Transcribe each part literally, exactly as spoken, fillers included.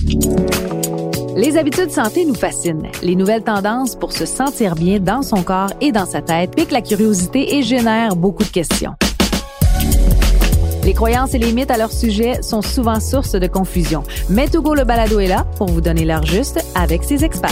Les habitudes santé nous fascinent. Les nouvelles tendances pour se sentir bien dans son corps et dans sa tête piquent la curiosité et génèrent beaucoup de questions. Les croyances et les mythes à leur sujet sont souvent source de confusion. Mais Togo le balado est là pour vous donner l'heure juste avec ses experts.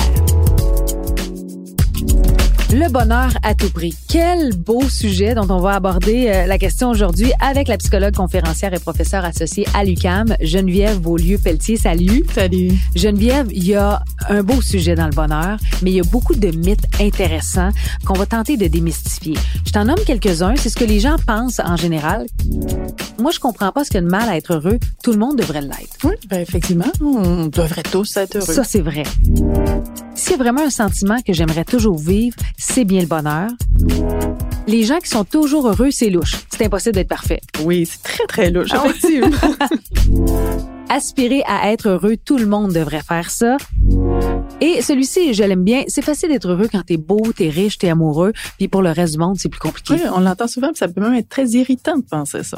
Le bonheur à tout prix. Quel beau sujet dont on va aborder euh, la question aujourd'hui avec la psychologue conférencière et professeure associée à l'U Q A M, Geneviève Beaulieu-Pelletier. Salut. Salut. Geneviève, il y a un beau sujet dans le bonheur, mais il y a beaucoup de mythes intéressants qu'on va tenter de démystifier. Je t'en nomme quelques-uns. C'est ce que les gens pensent en général. Moi, je comprends pas ce qu'il y a de mal à être heureux. Tout le monde devrait l'être. Oui, ben effectivement, on devrait tous être heureux. Ça, c'est vrai. S'il y a vraiment un sentiment que j'aimerais toujours vivre, c'est bien le bonheur. Les gens qui sont toujours heureux, c'est louche. C'est impossible d'être parfait. Oui, c'est très, très louche, ah effectivement. Aspirer à être heureux, tout le monde devrait faire ça. Et celui-ci, je l'aime bien. C'est facile d'être heureux quand t'es beau, t'es riche, t'es amoureux. Puis pour le reste du monde, c'est plus compliqué. Oui, on l'entend souvent, puis ça peut même être très irritant de penser ça.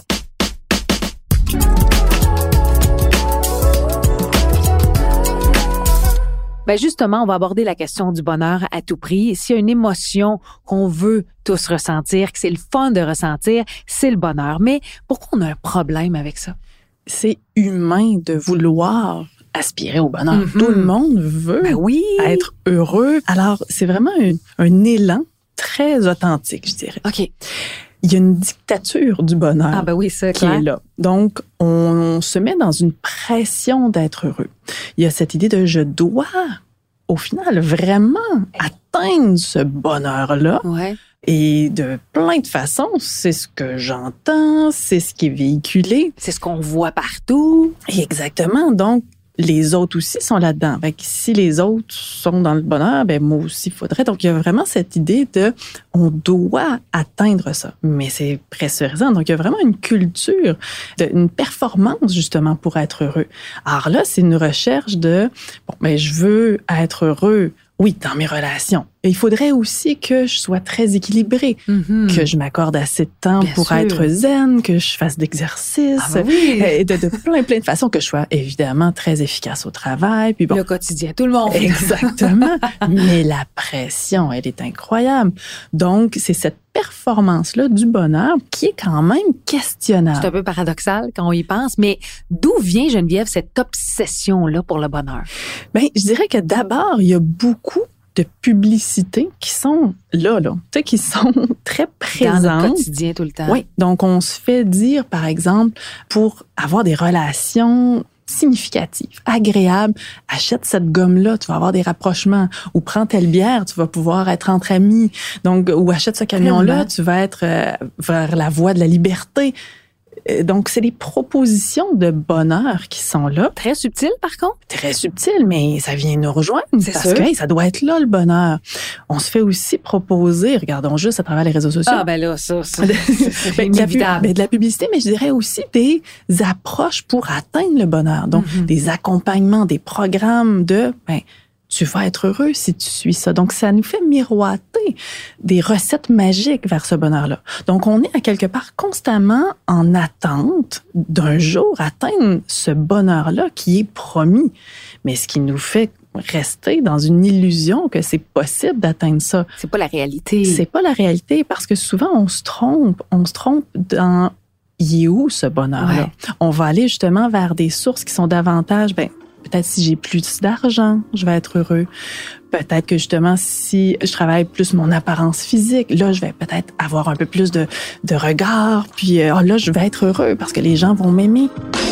Ben justement, on va aborder la question du bonheur à tout prix. S'il y a une émotion qu'on veut tous ressentir, que c'est le fun de ressentir, c'est le bonheur. Mais pourquoi on a un problème avec ça? C'est humain de vouloir aspirer au bonheur. Mm-hmm. Tout le monde veut ben oui. être heureux. Alors, c'est vraiment un, un élan très authentique, je dirais. OK. Il y a une dictature du bonheur ah ben oui, ça, qui clair. est là. Donc, on, on se met dans une pression d'être heureux. Il y a cette idée de « je dois », au final, vraiment atteindre ce bonheur-là. Ouais. Et de plein de façons, c'est ce que j'entends, c'est ce qui est véhiculé. C'est ce qu'on voit partout. Et exactement. Donc, les autres aussi sont là-dedans. Fait que si les autres sont dans le bonheur, ben moi aussi, il faudrait. Donc, il y a vraiment cette idée de on doit atteindre ça. Mais c'est pressurisant. Donc, il y a vraiment une culture, de, une performance, justement, pour être heureux. Alors là, c'est une recherche de, bon, ben je veux être heureux, oui, dans mes relations. Et il faudrait aussi que je sois très équilibrée, Mm-hmm. que je m'accorde assez de temps Bien pour sûr. être zen, que je fasse d'exercice, Ah ben oui. et de, de plein, plein de façons, que je sois évidemment très efficace au travail. Puis bon, Le quotidien, tout le monde. exactement. Mais la pression, elle est incroyable. Donc, c'est cette performance-là du bonheur qui est quand même questionnable. C'est un peu paradoxal quand on y pense, mais d'où vient, Geneviève, cette obsession-là pour le bonheur? Bien, je dirais que d'abord, il y a beaucoup de publicités qui sont là, là, tu sais, qui sont très présentes. Dans le quotidien, tout le temps. Oui. Donc, on se fait dire, par exemple, pour avoir des relations significatives, agréables, achète cette gomme-là, tu vas avoir des rapprochements. Ou prends telle bière, tu vas pouvoir être entre amis. Donc, ou achète ce camion-là, Tellement. tu vas être euh, vers la voie de la liberté. Donc, c'est des propositions de bonheur qui sont là. Très subtil, par contre. Très subtil, mais ça vient nous rejoindre. C'est parce sûr. que hey, ça doit être là, le bonheur. On se fait aussi proposer, regardons juste à travers les réseaux sociaux. Ah, ben là, ça, ça Ben, c'est de, la, pu- inévitable. ben, de la publicité, mais je dirais aussi des approches pour atteindre le bonheur. Donc, Mm-hmm. des accompagnements, des programmes de... Ben, tu vas être heureux si tu suis ça. Donc, ça nous fait miroiter des recettes magiques vers ce bonheur-là. Donc, on est à quelque part constamment en attente d'un jour atteindre ce bonheur-là qui est promis. Mais ce qui nous fait rester dans une illusion que c'est possible d'atteindre ça. C'est pas la réalité. C'est pas la réalité parce que souvent, on se trompe. On se trompe dans... Il est où ce bonheur-là? Ouais. On va aller justement vers des sources qui sont davantage... Ben, peut-être si j'ai plus d'argent, je vais être heureux. Peut-être que justement, si je travaille plus mon apparence physique, là, je vais peut-être avoir un peu plus de, de regard. Puis euh, oh, là, je vais être heureux parce que les gens vont m'aimer.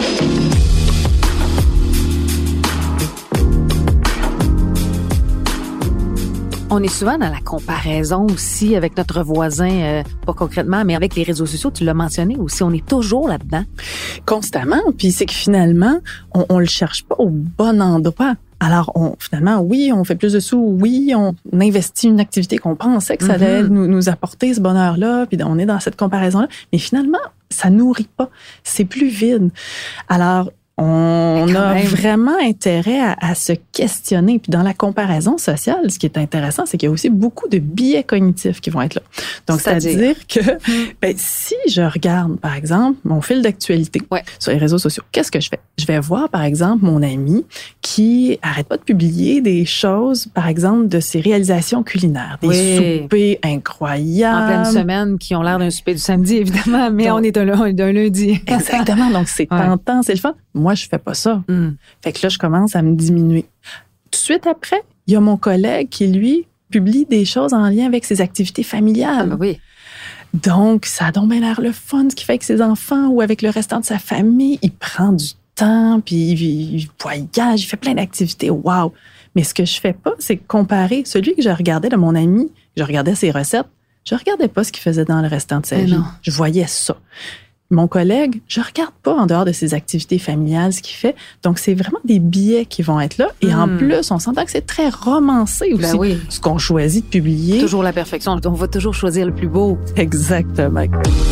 On est souvent dans la comparaison aussi avec notre voisin, euh, pas concrètement, mais avec les réseaux sociaux, tu l'as mentionné aussi, on est toujours là-dedans. Constamment. Puis c'est que finalement, on, on le cherche pas au bon endroit. Alors, on, finalement, oui, on fait plus de sous, oui, on investit une activité qu'on pensait que ça allait Mm-hmm. nous, nous apporter ce bonheur-là, puis on est dans cette comparaison-là, mais finalement, ça nourrit pas, c'est plus vide. Alors, On a même vraiment intérêt à, à se questionner. Puis dans la comparaison sociale, ce qui est intéressant, c'est qu'il y a aussi beaucoup de biais cognitifs qui vont être là. Donc, c'est-à-dire, c'est-à-dire que ben, si je regarde, par exemple, mon fil d'actualité ouais. sur les réseaux sociaux, qu'est-ce que je fais? Je vais voir, par exemple, mon ami qui arrête pas de publier des choses, par exemple, de ses réalisations culinaires, des oui. soupers incroyables. En pleine semaine, qui ont l'air d'un souper du samedi, évidemment, mais donc, on est d'un, d'un lundi. Exactement. Donc, c'est ouais. tentant, c'est le fun. Moi, je fais pas ça. Mm. Fait que là, je commence à me diminuer. Tout de suite après, il y a mon collègue qui, lui, publie des choses en lien avec ses activités familiales. Ah, oui. Donc, ça a donc bien l'air le fun, ce qu'il fait avec ses enfants ou avec le restant de sa famille. Il prend du temps, puis il, il voyage, il fait plein d'activités. Wow! Mais ce que je fais pas, c'est comparer celui que je regardais de mon ami, je regardais ses recettes, je regardais pas ce qu'il faisait dans le restant de sa Mais vie. Non. Je voyais ça. Mon collègue, je regarde pas en dehors de ses activités familiales ce qu'il fait. Donc, c'est vraiment des biais qui vont être là. Et mmh. en plus, on s'entend que c'est très romancé aussi, ben oui. ce qu'on choisit de publier. Toujours la perfection. On va toujours choisir le plus beau. Exactement.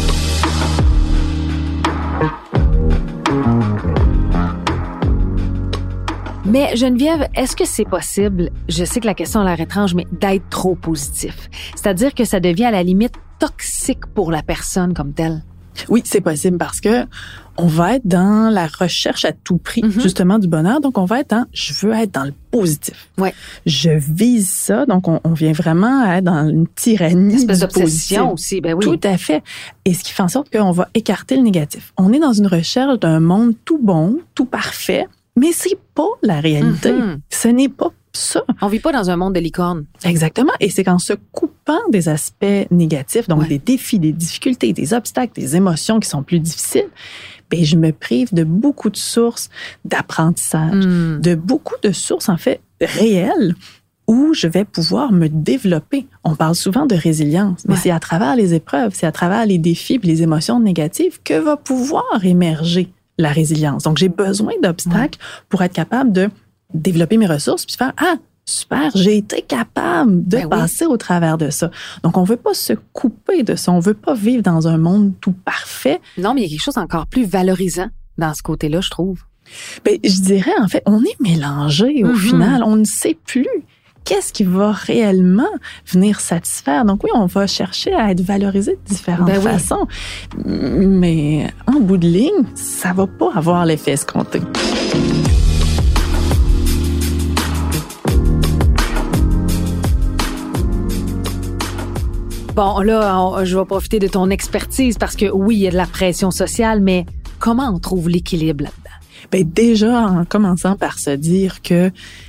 Mais Geneviève, est-ce que c'est possible, je sais que la question a l'air étrange, mais d'être trop positif? C'est-à-dire que ça devient à la limite toxique pour la personne comme telle? Oui, c'est possible parce que on va être dans la recherche à tout prix, mm-hmm. justement, du bonheur. Donc, on va être dans, je veux être dans le positif. Ouais. Je vise ça. Donc, on, on vient vraiment à être dans une tyrannie. Une espèce d'obsession aussi, ben oui. Tout à fait. Et ce qui fait en sorte qu'on va écarter le négatif. On est dans une recherche d'un monde tout bon, tout parfait, mais c'est pas la réalité. Mm-hmm. Ce n'est pas ça. On vit pas dans un monde de licorne. Exactement. Et c'est qu'en se coupant des aspects négatifs, donc ouais. des défis, des difficultés, des obstacles, des émotions qui sont plus difficiles, ben je me prive de beaucoup de sources d'apprentissage, mm. de beaucoup de sources, en fait, réelles, où je vais pouvoir me développer. On parle souvent de résilience, mais ouais. c'est à travers les épreuves, c'est à travers les défis et les émotions négatives que va pouvoir émerger la résilience. Donc, j'ai besoin d'obstacles ouais. pour être capable de développer mes ressources puis faire « Ah, super, j'ai été capable de ben passer oui. au travers de ça. » Donc, on veut pas se couper de ça. On veut pas vivre dans un monde tout parfait. Non, mais il y a quelque chose d'encore plus valorisant dans ce côté-là, je trouve. Bien, je dirais, en fait, on est mélangé au mm-hmm. final. On ne sait plus qu'est-ce qui va réellement venir satisfaire. Donc oui, on va chercher à être valorisé de différentes ben façons. Oui. Mais en bout de ligne, ça va pas avoir l'effet escompté. Bon, là, on, je vais profiter de ton expertise parce que oui, il y a de la pression sociale, mais comment on trouve l'équilibre là-dedans? Bien, déjà, en commençant par se dire que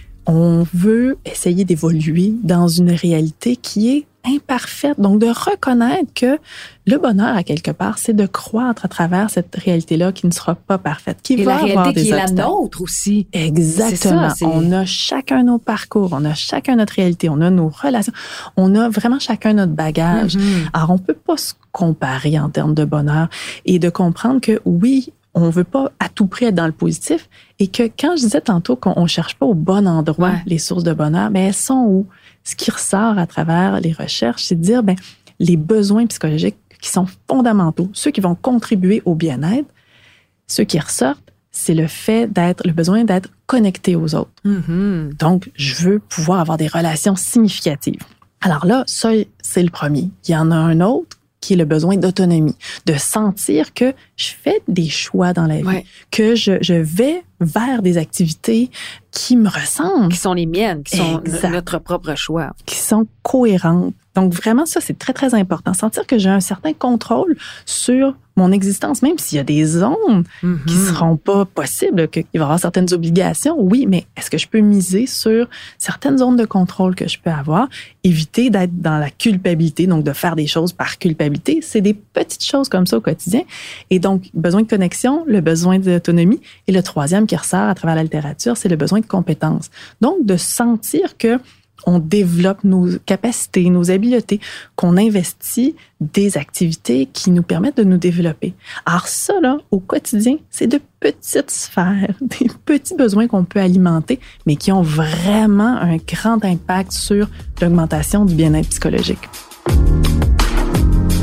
on veut essayer d'évoluer dans une réalité qui est imparfaite. Donc, de reconnaître que le bonheur, à quelque part, c'est de croître à travers cette réalité-là qui ne sera pas parfaite, qui Et va la avoir réalité des qui obstacles. est la nôtre aussi. Exactement. C'est ça, c'est... On a chacun nos parcours, on a chacun notre réalité, on a nos relations, on a vraiment chacun notre bagage. Mm-hmm. Alors, on peut pas se comparer en termes de bonheur et de comprendre que oui, on veut pas à tout prix être dans le positif et que quand je disais tantôt qu'on on cherche pas au bon endroit ouais. les sources de bonheur, mais elles sont où? Ce qui ressort à travers les recherches, c'est de dire, ben, les besoins psychologiques qui sont fondamentaux, ceux qui vont contribuer au bien-être, ceux qui ressortent, c'est le fait d'être, le besoin d'être connecté aux autres. Mm-hmm. Donc, je veux pouvoir avoir des relations significatives. Alors là, ça, c'est le premier. Il y en a un autre qui est le besoin d'autonomie, de sentir que je fais des choix dans la vie, ouais. que je, je vais vers des activités qui me ressemblent. Qui sont les miennes, qui sont exact. Notre propre choix. Qui sont cohérentes. Donc vraiment, ça, c'est très, très important. Sentir que j'ai un certain contrôle sur mon existence, même s'il y a des zones mm-hmm. qui seront pas possibles, qu'il va y avoir certaines obligations, oui, mais est-ce que je peux miser sur certaines zones de contrôle que je peux avoir, éviter d'être dans la culpabilité, donc de faire des choses par culpabilité. C'est des petites choses comme ça au quotidien. Et donc, besoin de connexion, le besoin d'autonomie. Et le troisième qui ressort à travers la littérature, c'est le besoin de compétences. Donc, de sentir que on développe nos capacités, nos habiletés, qu'on investit des activités qui nous permettent de nous développer. Alors ça, là, au quotidien, c'est de petites sphères, des petits besoins qu'on peut alimenter, mais qui ont vraiment un grand impact sur l'augmentation du bien-être psychologique.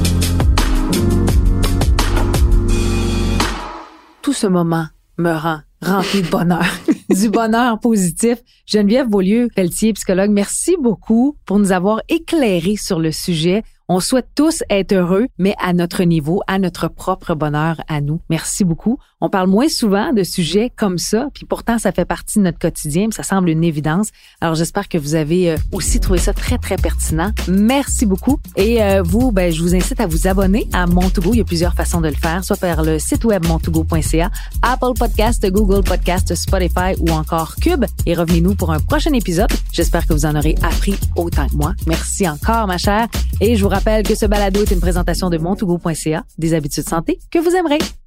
Tout ce moment me rend rempli de bonheur, du bonheur positif. Geneviève Beaulieu-Pelletier, psychologue, merci beaucoup pour nous avoir éclairé sur le sujet. On souhaite tous être heureux, mais à notre niveau, à notre propre bonheur à nous. Merci beaucoup. On parle moins souvent de sujets comme ça, puis pourtant, ça fait partie de notre quotidien, puis ça semble une évidence. Alors, j'espère que vous avez aussi trouvé ça très, très pertinent. Merci beaucoup. Et euh, vous, ben, je vous incite à vous abonner à Montogo. Il y a plusieurs façons de le faire, soit par le site web montogo point c a, Apple Podcast, Google Podcast, Spotify ou encore Cube. Et revenez-nous pour un prochain épisode. J'espère que vous en aurez appris autant que moi. Merci encore, ma chère. Et je vous rappelle que ce balado est une présentation de montogo point c a, des habitudes santé que vous aimerez.